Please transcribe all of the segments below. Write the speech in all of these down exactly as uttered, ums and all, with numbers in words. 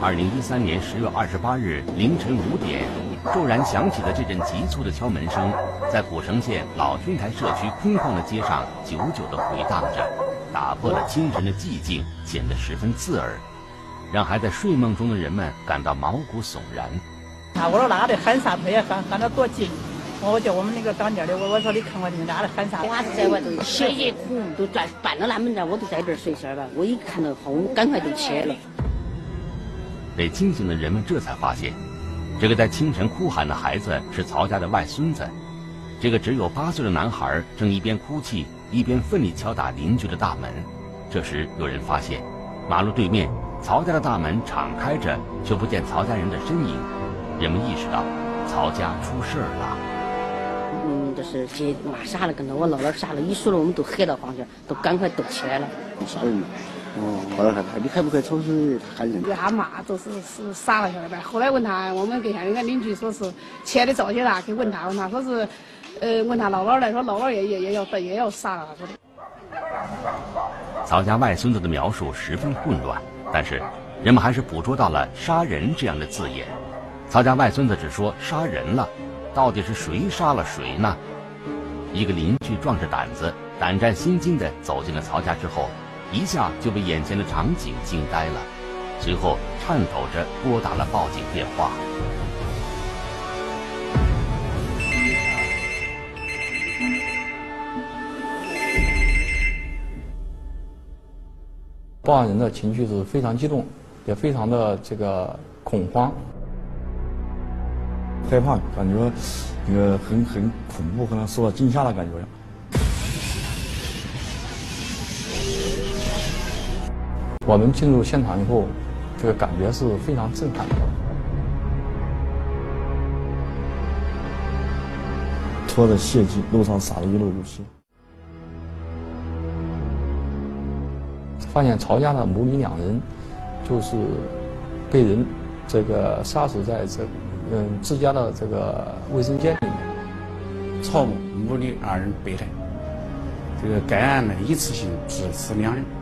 二零一三年十月二十八日凌晨五点，骤然响起的这阵急促的敲门声，在古城县老君台社区空旷的街上久久地回荡着，打破了清晨的寂静，显得十分刺耳，让还在睡梦中的人们感到毛骨悚然。 啊！我说那得喊啥？他也喊喊得多近。我叫我们那个当家的，我我说你看我你那得喊啥？ 娃子在外头血液哭，都转搬到他们这，我都在这儿睡觉吧。我一看到后，我赶快就起来了。 被惊醒的人们这才发现，这个在清晨哭喊的孩子是曹家的外孙子。这个只有八岁的男孩正一边哭泣，一边奋力敲打邻居的大门。这时有人发现，马路对面曹家的大门敞开着，却不见曹家人的身影。人们意识到曹家出事儿了。 嗯，这是这骂啥了，跟着我姥姥啥了，一说了我们都黑到房间，都赶快都起来了。 杀人了！哦，后来还你还不快抽是喊人？ 他骂就是是杀了下来呗。后来问他，我们跟下那个邻居说是前的赵些大，去问他问他说是，呃，问他姥姥来说姥姥也也也要也要杀了说的。 曹家外孙子的描述十分混乱，但是人们还是捕捉到了杀人这样的字眼。曹家外孙子只说杀人了，到底是谁杀了谁呢？一个邻居壮着胆子，胆战心惊地走进了曹家之后，一下就被眼前的场景惊呆了，随后颤抖着拨打了报警电话。 报案人的情绪是非常激动，也非常的这个恐慌。 害怕，感觉那个很很恐怖，可能受到惊吓的感觉。 我们进入现场以后，这个感觉是非常震撼的。 拖着血迹，路上撒了一路如血。 发现曹家的母女两人，就是被人这个杀死在这。嗯，自家的这个卫生间里面， 曹某母女二人被害。这个该案呢一次性致死两人。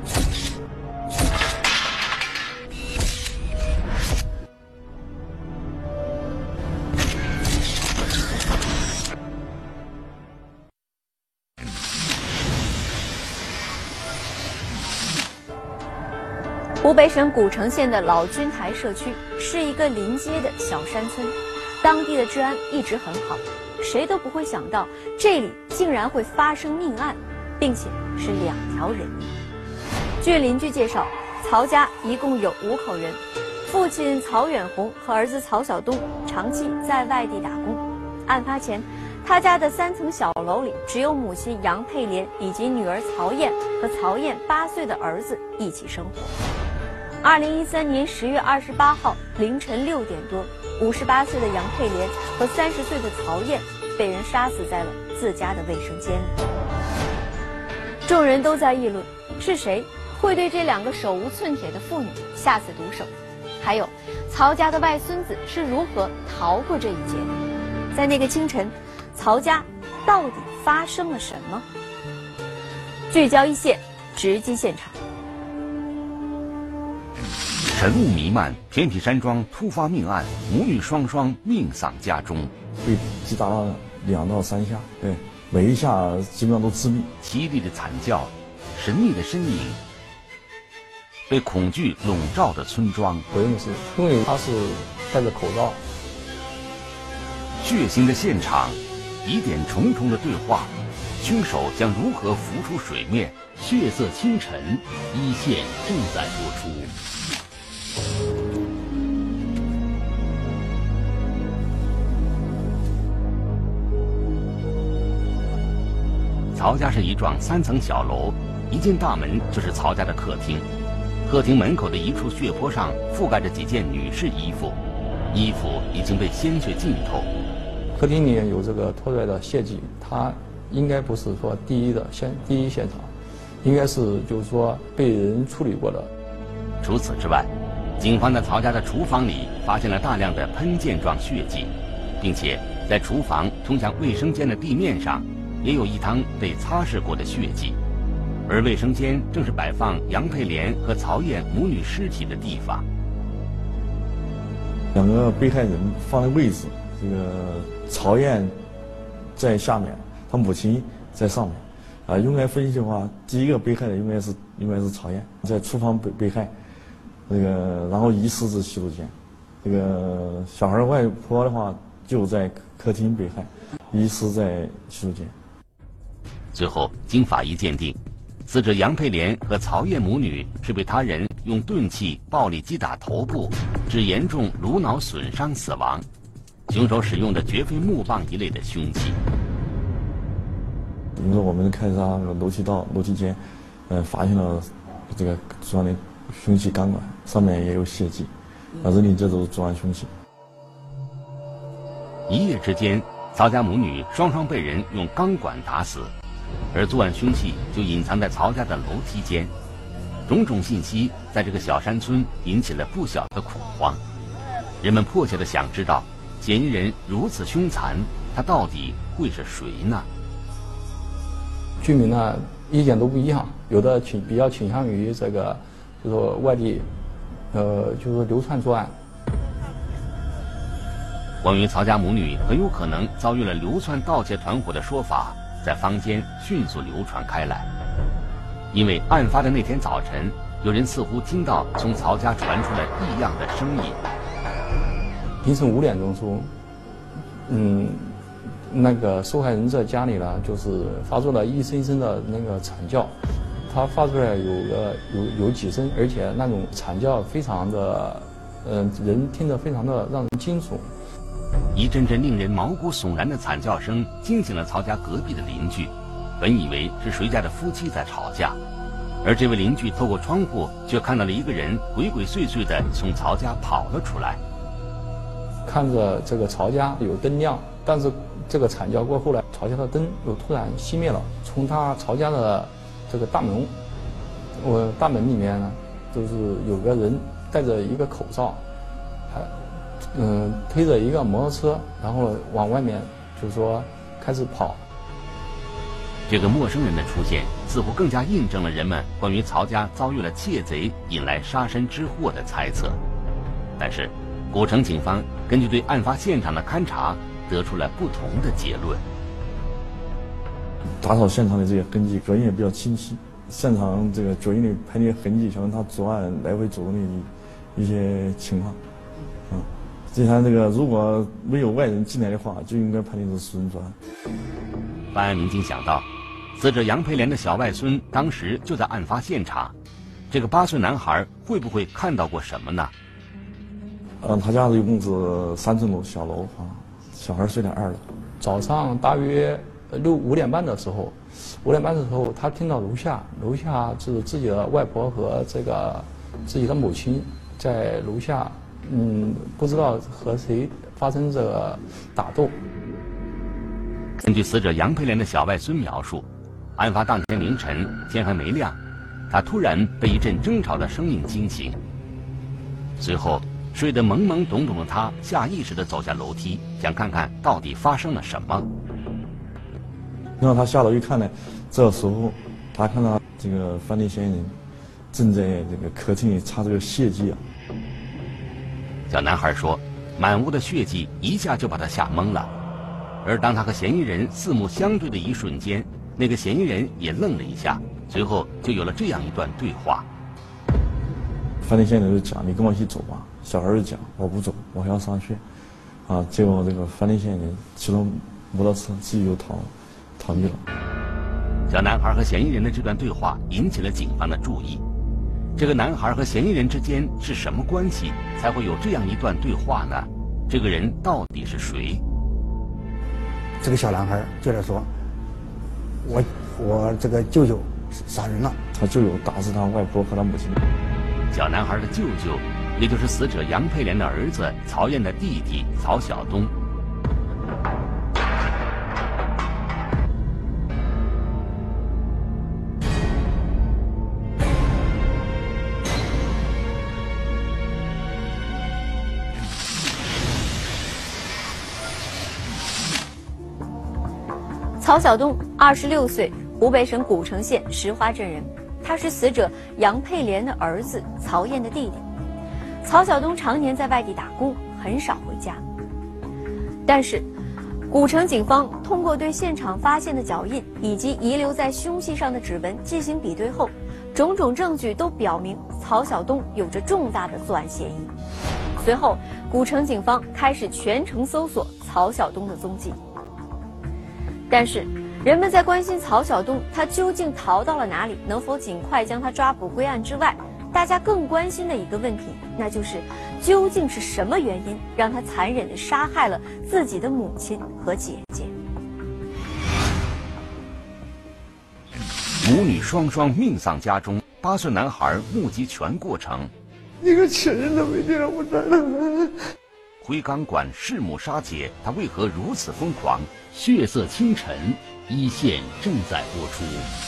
湖北省古城县的老君台社区是一个临街的小山村，当地的治安一直很好，谁都不会想到这里竟然会发生命案，并且是两条人命。据邻居介绍，曹家一共有五口人，父亲曹远红和儿子曹晓东长期在外地打工。案发前，他家的三层小楼里只有母亲杨佩莲以及女儿曹燕和曹燕八岁的儿子一起生活。二零一三年十月二十八号凌晨六点多，五十八岁的杨佩莲和三十岁的曹燕被人杀死在了自家的卫生间里。众人都在议论，是谁会对这两个手无寸铁的妇女下此毒手？还有，曹家的外孙子是如何逃过这一劫的？在那个清晨，曹家到底发生了什么？聚焦一线，直击现场。 晨雾弥漫，偏僻山庄突发命案，母女双双命丧家中， 被击打了两到三下，对，每一下基本上都致命。 凄厉的惨叫，神秘的身影，被恐惧笼罩的村庄。 我认为是因为他是戴着口罩。 血腥的现场，疑点重重的对话，凶手将如何浮出水面？血色清晨，一线正在播出。曹家是一幢三层小楼，一进大门就是曹家的客厅。客厅门口的一处血泊上覆盖着几件女士衣服，衣服已经被鲜血浸透。 客厅里面有这个拖拽的血迹，它应该不是说第一的现第一现场，应该是就是说被人处理过的。 除此之外，警方在曹家的厨房里发现了大量的喷溅状血迹，并且在厨房通向卫生间的地面上也有一滩被擦拭过的血迹，而卫生间正是摆放杨佩莲和曹燕母女尸体的地方。 两个被害人放的位置，这个曹艳在下面，他母亲在上面。啊，应该分析的话，第一个被害人应该是应该是曹艳，在厨房被被害，那个然后遗失至洗手间。这个小孩外婆的话就在客厅被害，遗失在洗手间。 最后，经法医鉴定，死者杨佩莲和曹艳母女是被他人用钝器暴力击打头部，致严重颅脑损伤死亡。凶手使用的绝非木棒一类的凶器。 比如说，我们开查楼梯道、楼梯间，呃，发现了这个作案的凶器钢管，上面也有血迹，啊，认定这都是作案凶器。 一夜之间，曹家母女双双被人用钢管打死，而作案凶器就隐藏在曹家的楼梯间。种种信息在这个小山村引起了不小的恐慌，人们迫切地想知道，嫌疑人如此凶残，他到底会是谁呢？ 居民呢意见都不一样，有的倾比较倾向于这个，就是说外地，呃，就是说流窜作案。 关于曹家母女很有可能遭遇了流窜盗窃团伙的说法，在坊间迅速流传开来。因为案发的那天早晨，有人似乎听到从曹家传出了异样的声音。 凌晨五点钟时候，嗯。那个受害人在家里呢，就是发出了一声一声的那个惨叫，他发出来有个有有几声，而且那种惨叫非常的，嗯、呃，人听着非常的让人惊悚。 一阵阵令人毛骨悚然的惨叫声惊醒了曹家隔壁的邻居，本以为是谁家的夫妻在吵架，而这位邻居透过窗户却看到了一个人鬼鬼祟祟地从曹家跑了出来。 看着这个曹家有灯亮，但是这个惨叫过后呢，曹家的灯又突然熄灭了。从他曹家的这个大门，我大门里面呢，就是有个人戴着一个口罩，还嗯推着一个摩托车，然后往外面就是说开始跑。 这个陌生人的出现，似乎更加印证了人们关于曹家遭遇了窃贼引来杀身之祸的猜测。但是，古城警方根据对案发现场的勘查，得出了不同的结论。 打扫现场的这些痕迹，脚印也比较清晰，现场这个脚印的排列痕迹，像他作案来回走动的一一些情况。嗯，这他这个如果没有外人进来的话，就应该判定是私人作案。 办案民警想到，死者杨培莲的小外孙当时就在案发现场，这个八岁男孩会不会看到过什么呢？ 嗯，他家一共是三层楼小楼啊，小孩睡在二楼。 早上大约六五点半的时候，五点半的时候，他听到楼下楼下是自己的外婆和这个自己的母亲在楼下，嗯，不知道和谁发生这个打斗。 根据死者杨培莲的小外孙描述，案发当天凌晨天还没亮，他突然被一阵争吵的声音惊醒，随后睡得懵懵懂懂的他下意识地走下楼梯，想看看到底发生了什么。 然后他下楼一看呢，这时候他看到这个犯罪嫌疑人正在这个客厅里擦这个血迹啊。 小男孩说，满屋的血迹一下就把他吓懵了。而当他和嫌疑人四目相对的一瞬间，那个嫌疑人也愣了一下，随后就有了这样一段对话。 犯罪嫌疑人就讲：“你跟我一起走吧。”小孩就讲：“我不走，我还要上学。”啊，结果这个犯罪嫌疑人骑着摩托车自己就逃逃逸了。 小男孩和嫌疑人的这段对话引起了警方的注意。这个男孩和嫌疑人之间是什么关系，才会有这样一段对话呢？这个人到底是谁？ 这个小男孩就在说：“我我这个舅舅杀人了。” 他舅舅打死他外婆和他母亲。 小男孩的舅舅，也就是死者杨佩莲的儿子曹艳的弟弟曹晓东。 曹晓东，二十六岁，湖北省古城县石花镇人。他是死者杨佩莲的儿子曹艳的弟弟。曹晓东常年在外地打工， 很少回家。但是，古城警方通过对现场发现的脚印以及遗留在凶器上的指纹进行比对后，种种证据都表明曹晓东有着重大的作案嫌疑。随后，古城警方开始全城搜索曹晓东的踪迹。但是，人们在关心曹晓东他究竟逃到了哪里，能否尽快将他抓捕归案之外，大家更关心的一个问题，那就是究竟是什么原因让他残忍地杀害了自己的母亲和姐姐？ 母女双双命丧家中，八岁男孩目击全过程。 一个亲人都没地让我站了。 回岗馆弑母杀姐，他为何如此疯狂？血色清晨，一线正在播出。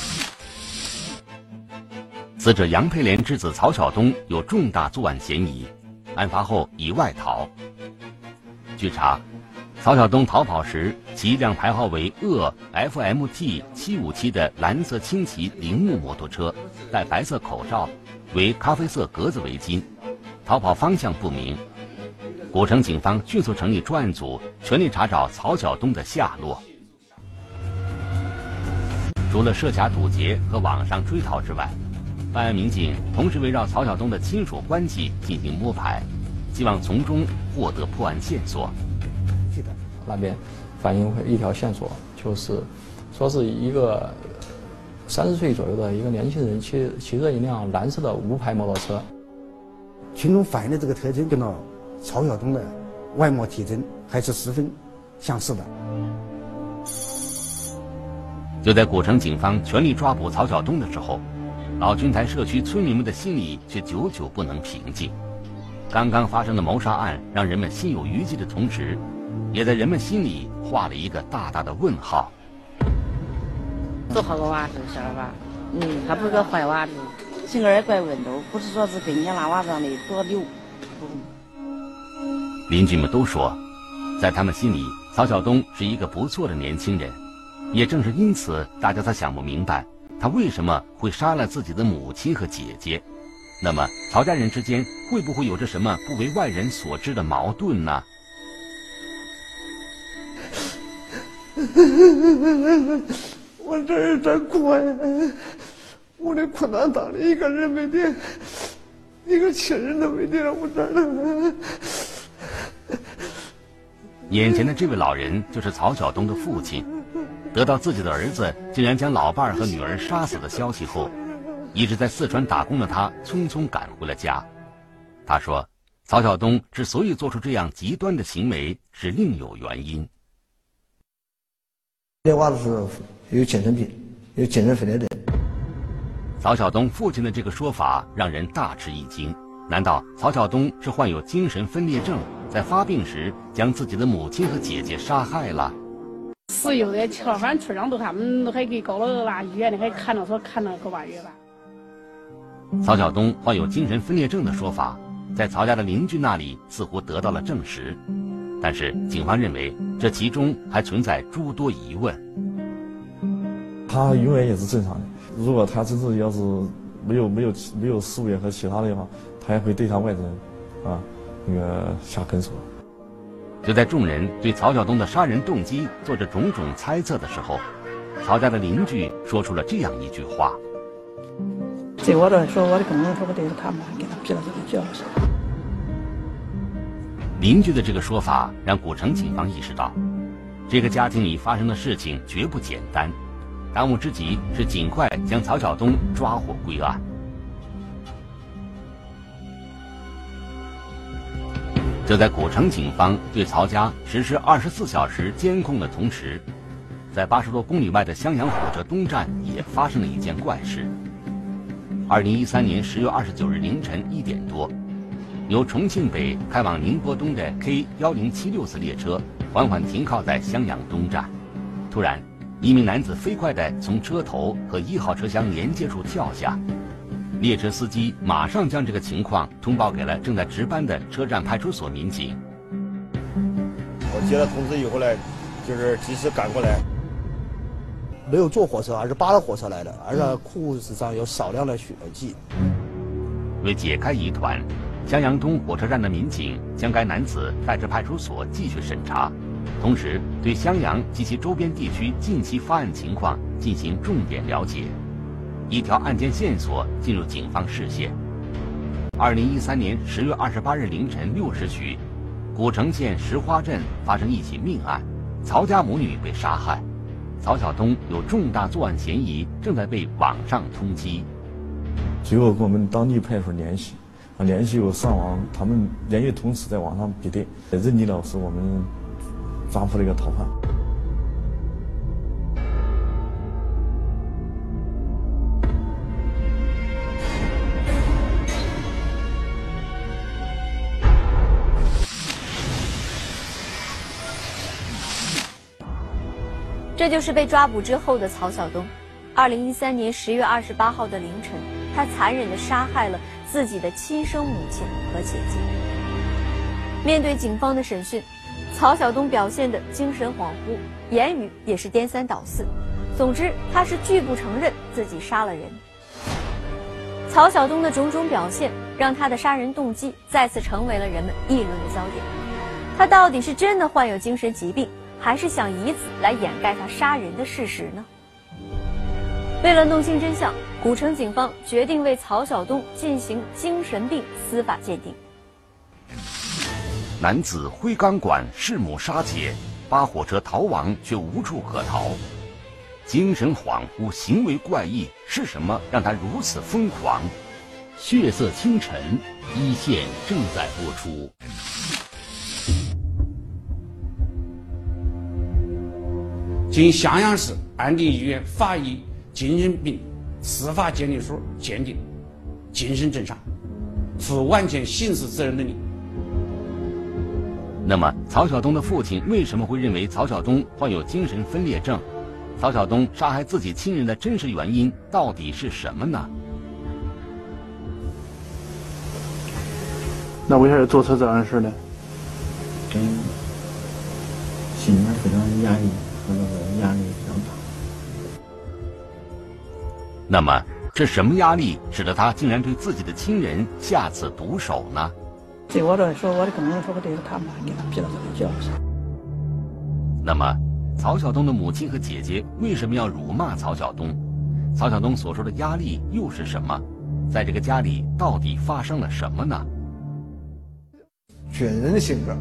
死者杨佩莲之子曹晓东有重大作案嫌疑，案发后已外逃。据查，曹晓东逃跑时骑一辆牌号为鄂 F M T 七五七的蓝色轻骑铃木摩托车，戴白色口罩，为咖啡色格子围巾，逃跑方向不明。古城警方迅速成立专案组，全力查找曹晓东的下落。除了设卡堵截和网上追逃之外，办案民警同时围绕曹晓东的亲属关系进行摸排，希望从中获得破案线索。 那边反映一条线索，就是说是一个三十岁左右的一个年轻人骑骑着一辆蓝色的无牌摩托车。 群众反映的这个特征跟到曹晓东的外貌体征还是十分相似的。 就在古城警方全力抓捕曹晓东的时候，老君台社区村民们的心里却久久不能平静。刚刚发生的谋杀案让人们心有余悸的同时，也在人们心里画了一个大大的问号。 多好个娃子，晓得吧？嗯，他不是个坏娃子，性格也怪温柔，不是说是跟人家那娃子样的多溜。 邻居们都说，在他们心里，曹晓东是一个不错的年轻人。也正是因此，大家才想不明白，他为什么会杀了自己的母亲和姐姐。那么，曹家人之间会不会有着什么不为外人所知的矛盾呢？ 我这儿真苦呀！我的困难当的一个人没得，一个亲人都没得让我站了。 眼前的这位老人就是曹晓东的父亲。得到自己的儿子竟然将老伴儿和女儿杀死的消息后，一直在四川打工的他匆匆赶回了家。他说，曹晓东之所以做出这样极端的行为，是另有原因。 这娃子是有精神病，有精神分裂症。 曹晓东父亲的这个说法让人大吃一惊。难道曹晓东是患有精神分裂症，在发病时将自己的母亲和姐姐杀害了？ 是有的，反正村上都他们都还给搞了那医院的，还看了说看了个把月吧。 曹晓东患有精神分裂症的说法，在曹家的邻居那里似乎得到了证实，但是警方认为这其中还存在诸多疑问。 他永远也是正常的，如果他真是要是没有没有没有事业和其他的话，他也会对他外人啊那个下狠手。 就在众人对曹晓东的杀人动机做着种种猜测的时候，曹家的邻居说出了这样一句话： 这我都说我的工人说不对，他妈给他批了这个教训。 邻居的这个说法让古城警方意识到，这个家庭里发生的事情绝不简单，当务之急是尽快将曹晓东抓获归案。就在古城警方对曹家实施二十四小时监控的同时，在八十多公里外的襄阳火车东站也发生了一件怪事。二零一三年十月二十九日凌晨一点多，由重庆北开往宁波东的 K 一零七六次列车缓缓停靠在襄阳东站，突然，一名男子飞快地从车头和一号车厢连接处跳下。列车司机马上将这个情况通报给了正在值班的车站派出所民警。 我接到通知以后呢，就是及时赶过来。 没有坐火车，而是扒着火车来的，而且裤子上有少量的血迹。 为解开疑团， 襄阳东火车站的民警将该男子带至派出所继续审查，同时对襄阳及其周边地区近期发案情况进行重点了解。一条案件线索进入警方视线。二零一三年十月二十八日凌晨六时许，古城县石花镇发生一起命案，曹家母女被杀害，曹晓东有重大作案嫌疑，正在被网上通缉。 随后跟我们当地派出所联系，啊，联系后上网，他们连续同时在网上比对，认定了是我们抓捕了一个逃犯。 这就是被抓捕之后的曹晓东。二零一三年十月二十八号的凌晨，他残忍地杀害了自己的亲生母亲和姐姐。面对警方的审讯，曹晓东表现得精神恍惚，言语也是颠三倒四。总之，他是拒不承认自己杀了人。曹晓东的种种表现，让他的杀人动机再次成为了人们议论的焦点。他到底是真的患有精神疾病，还是想以此来掩盖他杀人的事实呢？为了弄清真相，古城警方决定为曹晓东进行精神病司法鉴定。 男子挥钢管弑母杀姐，扒火车逃亡却无处可逃，精神恍惚，行为怪异，是什么让他如此疯狂？ 血色清晨，一线正在播出。 经襄阳市安定医院法医精神病司法鉴定书鉴定，精神正常，负完全刑事责任能力。 那么，曹晓东的父亲为什么会认为曹晓东患有精神分裂症？曹晓东杀害自己亲人的真实原因到底是什么呢？ 那为啥要做出这样的事呢？ 跟心里面非常压抑，和那个压力非常大。 那么，这什么压力使得他竟然对自己的亲人下此毒手呢？ 对我来说，我的可能说我对着他妈给他逼到这个脚上。 那么，曹晓东的母亲和姐姐为什么要辱骂曹晓东？曹晓东所说的压力又是什么？在这个家里到底发生了什么呢？ 军人的性格，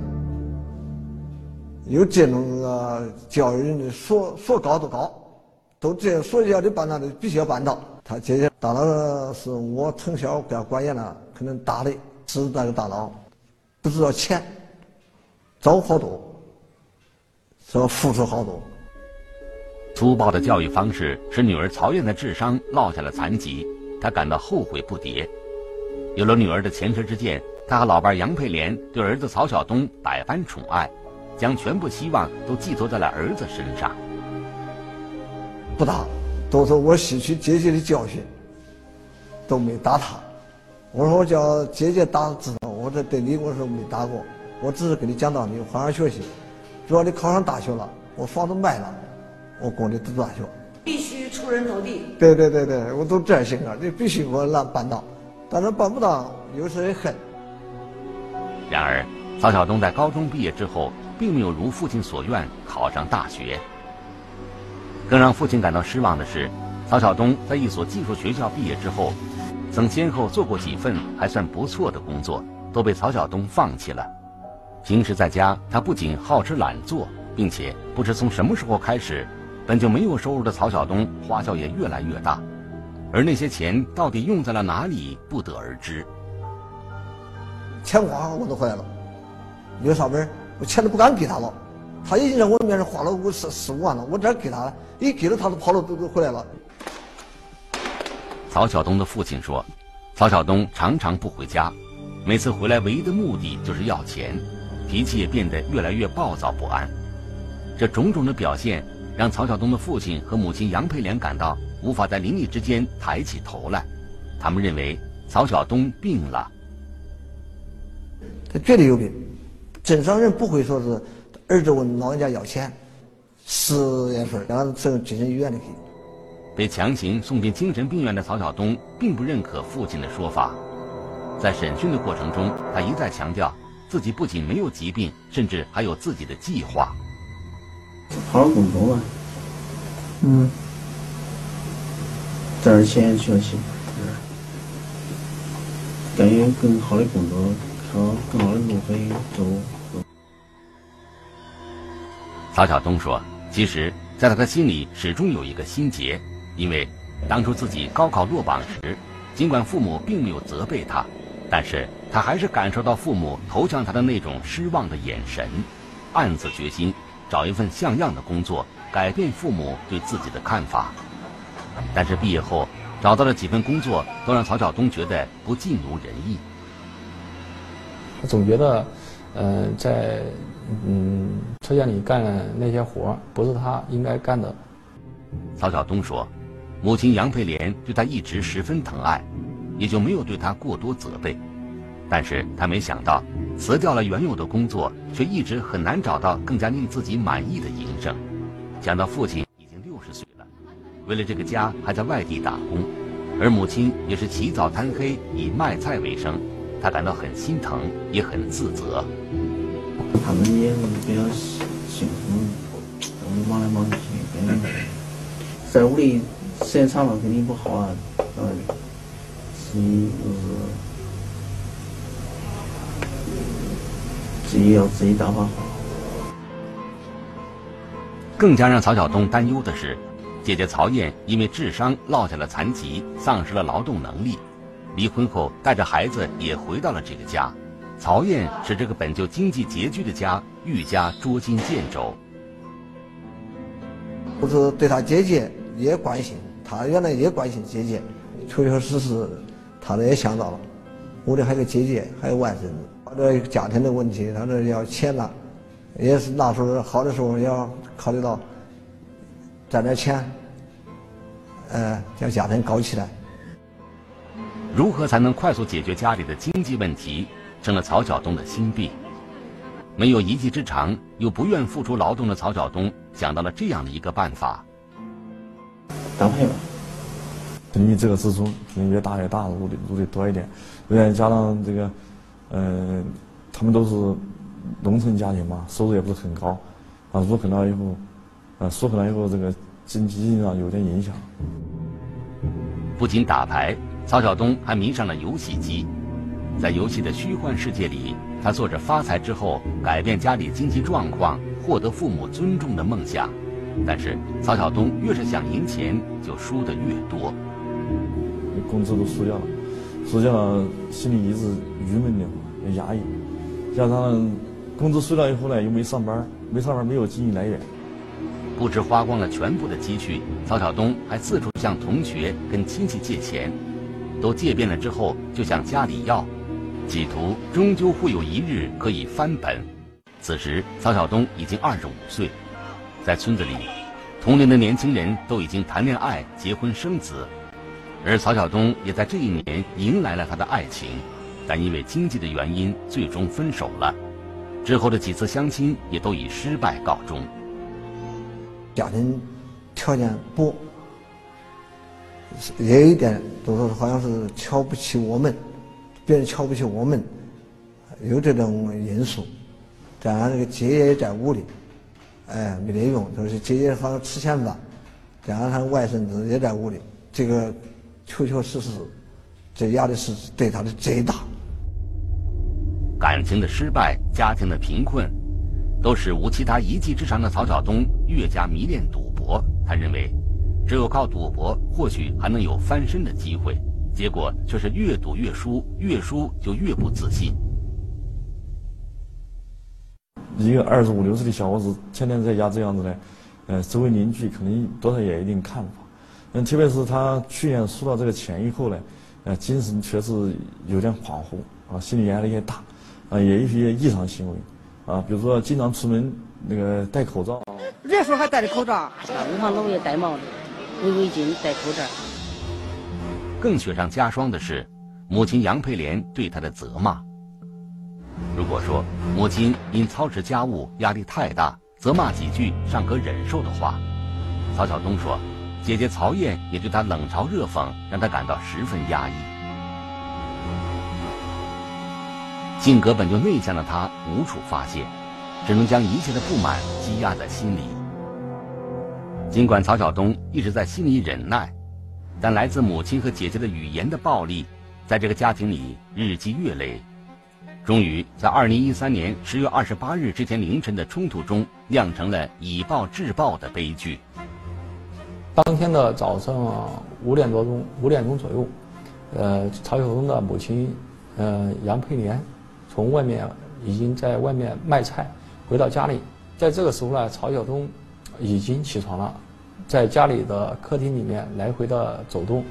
有这种个教育人的说说高就高，都这说要的办到的必须要办到。他姐姐大佬是我从小给他管严了，可能打的是那个大佬，不知道钱，找好多，说付出好多。 粗暴的教育方式使女儿曹艳的智商落下了残疾，她感到后悔不迭。有了女儿的前车之鉴，她和老伴杨佩莲对儿子曹晓东百般宠爱，将全部希望都寄托在了儿子身上。 不打，都说我吸取姐姐的教训，都没打他。我说我叫姐姐打知道，我这对你我说没打过，我只是跟你讲道理，好好学习。只要你考上大学了，我房子卖了，我供你读大学。 必须出人头地。 对对对对，我都这样性格，你必须给我让办到，但是办不到，有时也恨。 然而，曹晓东在高中毕业之后，并没有如父亲所愿考上大学。更让父亲感到失望的是，曹晓东在一所技术学校毕业之后，曾先后做过几份还算不错的工作，都被曹晓东放弃了。平时在家，他不仅好吃懒做，并且不知从什么时候开始，本就没有收入的曹晓东花销也越来越大，而那些钱到底用在了哪里，不得而知。 钱花我都回来了，有啥本我钱都不敢给他了，他已经在我面上花了五十十五万了，我这给他了，一给了他都跑了都都回来了。 曹晓东的父亲说，曹晓东常常不回家，每次回来唯一的目的就是要钱，脾气也变得越来越暴躁不安。这种种的表现让曹晓东的父亲和母亲杨佩莲感到无法在邻里之间抬起头来，他们认为曹晓东病了。 他绝对有病，正常人不会说是儿子问老人家要钱，十月份让他送精神医院里去。 被强行送进精神病院的曹晓东并不认可父亲的说法。 在审讯的过程中，他一再强调自己不仅没有疾病，甚至还有自己的计划。 好好工作嘛，嗯，挣点钱学习，干一更好的工作，朝更好的路可以走。 曹晓东说，其实在他的心里始终有一个心结，因为当初自己高考落榜时，尽管父母并没有责备他，但是他还是感受到父母投向他的那种失望的眼神，暗自决心找一份像样的工作，改变父母对自己的看法。但是毕业后找到了几份工作，都让曹晓东觉得不尽如人意。 他总觉得，呃，在嗯车间里干那些活不是他应该干的。 曹晓东说，母亲杨佩莲对他一直十分疼爱，也就没有对他过多责备。但是他没想到，辞掉了原有的工作，却一直很难找到更加令自己满意的营生。想到父亲已经六十岁了，为了这个家还在外地打工，而母亲也是起早贪黑以卖菜为生，他感到很心疼，也很自责。 他们也比较辛苦，我们忙来忙去，肯定在屋里时间长了肯定不好啊。嗯，自己就是自己要自己打发好。 更加让曹晓东担忧的是，姐姐曹燕因为智商落下了残疾，丧失了劳动能力。离婚后带着孩子也回到了这个家，曹燕使这个本就经济拮据的家愈加捉襟见肘。 不是对他姐姐也关心，他原来也关心姐姐，确确实实他也想到了，屋里还有个姐姐，还有外甥子，这家庭的问题，他这要钱了，也是那时候好的时候也要考虑到赚点钱，呃，将家庭搞起来。 如何才能快速解决家里的经济问题，成了曹晓东的心病。没有一技之长，又不愿付出劳动的曹晓东想到了这样的一个办法： 打牌吧。 因为这个支出可能越大越大，入的入的多一点，再加上这个，呃，他们都是农村家庭嘛，收入也不是很高，啊，入很了以后，啊，入很了以后，这个经济上有点影响。 不仅打牌，曹晓东还迷上了游戏机。在游戏的虚幻世界里，他做着发财之后改变家里经济状况、获得父母尊重的梦想。但是曹晓东越是想赢钱，就输得越多。 工资都输掉了，输掉了，心里一直郁闷的，也压抑。加上工资输掉以后呢，又没上班，没上班没有经济来源。 不知花光了全部的积蓄，曹晓东还四处向同学跟亲戚借钱，都借遍了之后就向家里要，企图终究会有一日可以翻本。此时曹晓东已经二十五岁，在村子里，同龄的年轻人都已经谈恋爱、结婚生子，而曹晓东也在这一年迎来了他的爱情，但因为经济的原因，最终分手了。之后的几次相亲也都以失败告终。 家庭条件不，也有一点都是好像是瞧不起我们，别人瞧不起我们，有这种因素。加上这个姐姐也在屋里，哎，没得用，就是姐姐好像吃闲饭，加上他外甥子也在屋里，这个确确实实，这压力是对他的最大。 感情的失败，家庭的贫困，都使无其他一技之长的曹晓东越加迷恋赌博。他认为，只有靠赌博，或许还能有翻身的机会。结果却是越赌越输，越输就越不自信。 一个二十五六岁的小伙子，天天在家这样子呢，呃，周围邻居肯定多少也有一定看法。嗯，特别是他去年输到这个钱以后呢，呃，精神确实有点恍惚啊，心理压力也大，啊，也有一些异常行为。啊，比如说经常出门那个戴口罩， 热时候还戴着口罩，五环路也戴帽子、围围巾、戴口罩。 更雪上加霜的是，母亲杨佩莲对他的责骂。如果说母亲因操持家务压力太大，责骂几句尚可忍受的话，曹晓东说，姐姐曹燕也对他冷嘲热讽，让他感到十分压抑。 性格本就内向的他无处发泄，只能将一切的不满积压在心里。尽管曹晓东一直在心里忍耐，但来自母亲和姐姐的语言的暴力，在这个家庭里日积月累。终于在二零一三年十月二十八日这天凌晨的冲突中，酿成了以暴制暴的悲剧。 当天的早上五点多钟，五点钟左右，呃，曹晓东的母亲，呃，杨佩莲，从外面已经在外面卖菜，回到家里。在这个时候呢，曹晓东已经起床了，在家里的客厅里面来回的走动。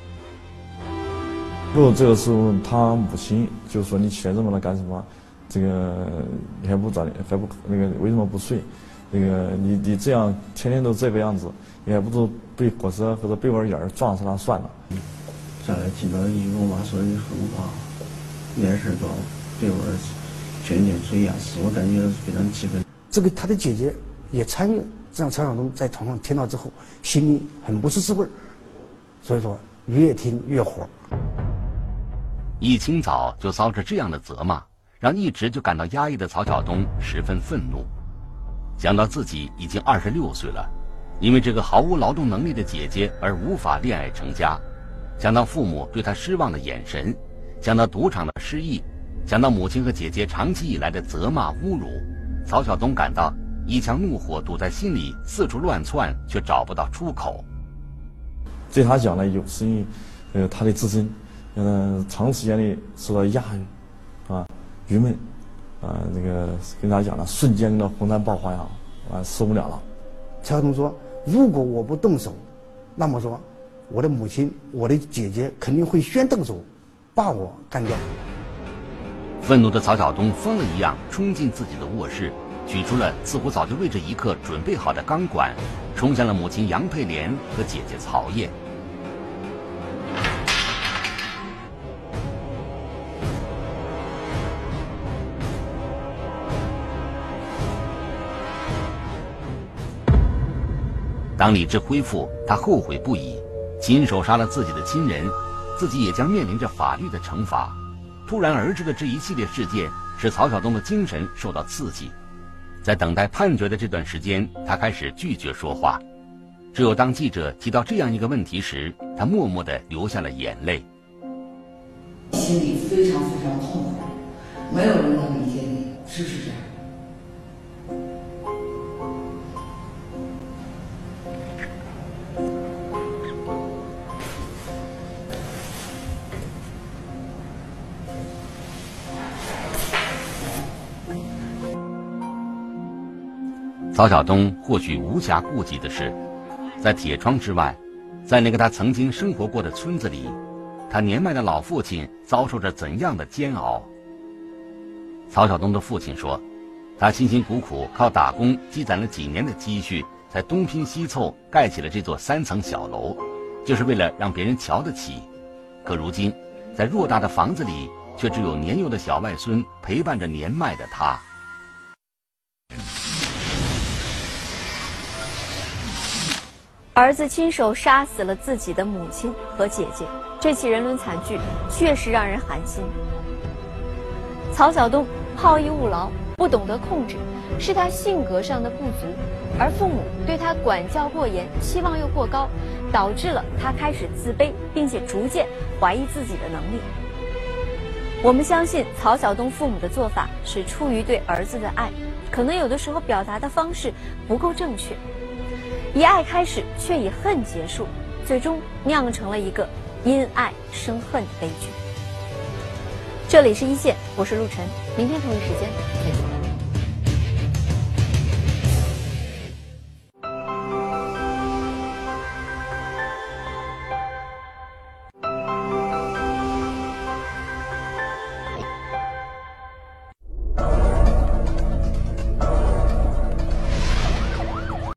不过这个时候，他母亲就说：“你起来这么晚干什么？这个你还不早点，还不那个为什么不睡？那个你你这样天天都这个样子，你还不如被火车或者被窝眼儿撞死了算了。” 下来听到一我妈说的狠话，眼神到被窝卷卷嘴呀，使我感觉非常气愤。 这个他的姐姐也参与，这样曹晓东在床上听到之后，心里很不是滋味，所以说越听越火。 一清早就遭着这样的责骂，让一直就感到压抑的曹晓东十分愤怒。想到自己已经二十六岁了，因为这个毫无劳动能力的姐姐而无法恋爱成家，想到父母对他失望的眼神，想到赌场的失意，想到母亲和姐姐长期以来的责骂侮辱，曹晓东感到一腔怒火堵在心里，四处乱窜，却找不到出口。 对他讲呢，有是因为呃他的自身嗯，长时间的受到压抑，啊，郁闷，啊，那个跟他讲了，瞬间的红山爆发呀，啊，受不了了。 曹晓东说：“如果我不动手，那么说，我的母亲、我的姐姐肯定会先动手，把我干掉。” 愤怒的曹晓东疯了一样冲进自己的卧室，取出了似乎早就为这一刻准备好的钢管，冲向了母亲杨佩莲和姐姐曹艳。当理智恢复，他后悔不已，亲手杀了自己的亲人，自己也将面临着法律的惩罚。突然而至的这一系列事件，使曹晓东的精神受到刺激。在等待判决的这段时间，他开始拒绝说话。只有当记者提到这样一个问题时，他默默地流下了眼泪。 心里非常非常痛苦，没有人能理解你，是不是这样？ 曹晓东或许无暇顾及的是，在铁窗之外，在那个他曾经生活过的村子里，他年迈的老父亲遭受着怎样的煎熬。曹晓东的父亲说，他辛辛苦苦靠打工积攒了几年的积蓄，才东拼西凑盖起了这座三层小楼，就是为了让别人瞧得起。可如今，在偌大的房子里，却只有年幼的小外孙陪伴着年迈的他。 儿子亲手杀死了自己的母亲和姐姐，这起人伦惨剧确实让人寒心。曹晓东好逸恶劳，不懂得控制，是他性格上的不足，而父母对他管教过严，期望又过高，导致了他开始自卑，并且逐渐怀疑自己的能力。我们相信曹晓东父母的做法是出于对儿子的爱，可能有的时候表达的方式不够正确。以爱开始，却以恨结束，最终酿成了一个因爱生恨的悲剧。这里是一线，我是陆晨，明天同一时间再见。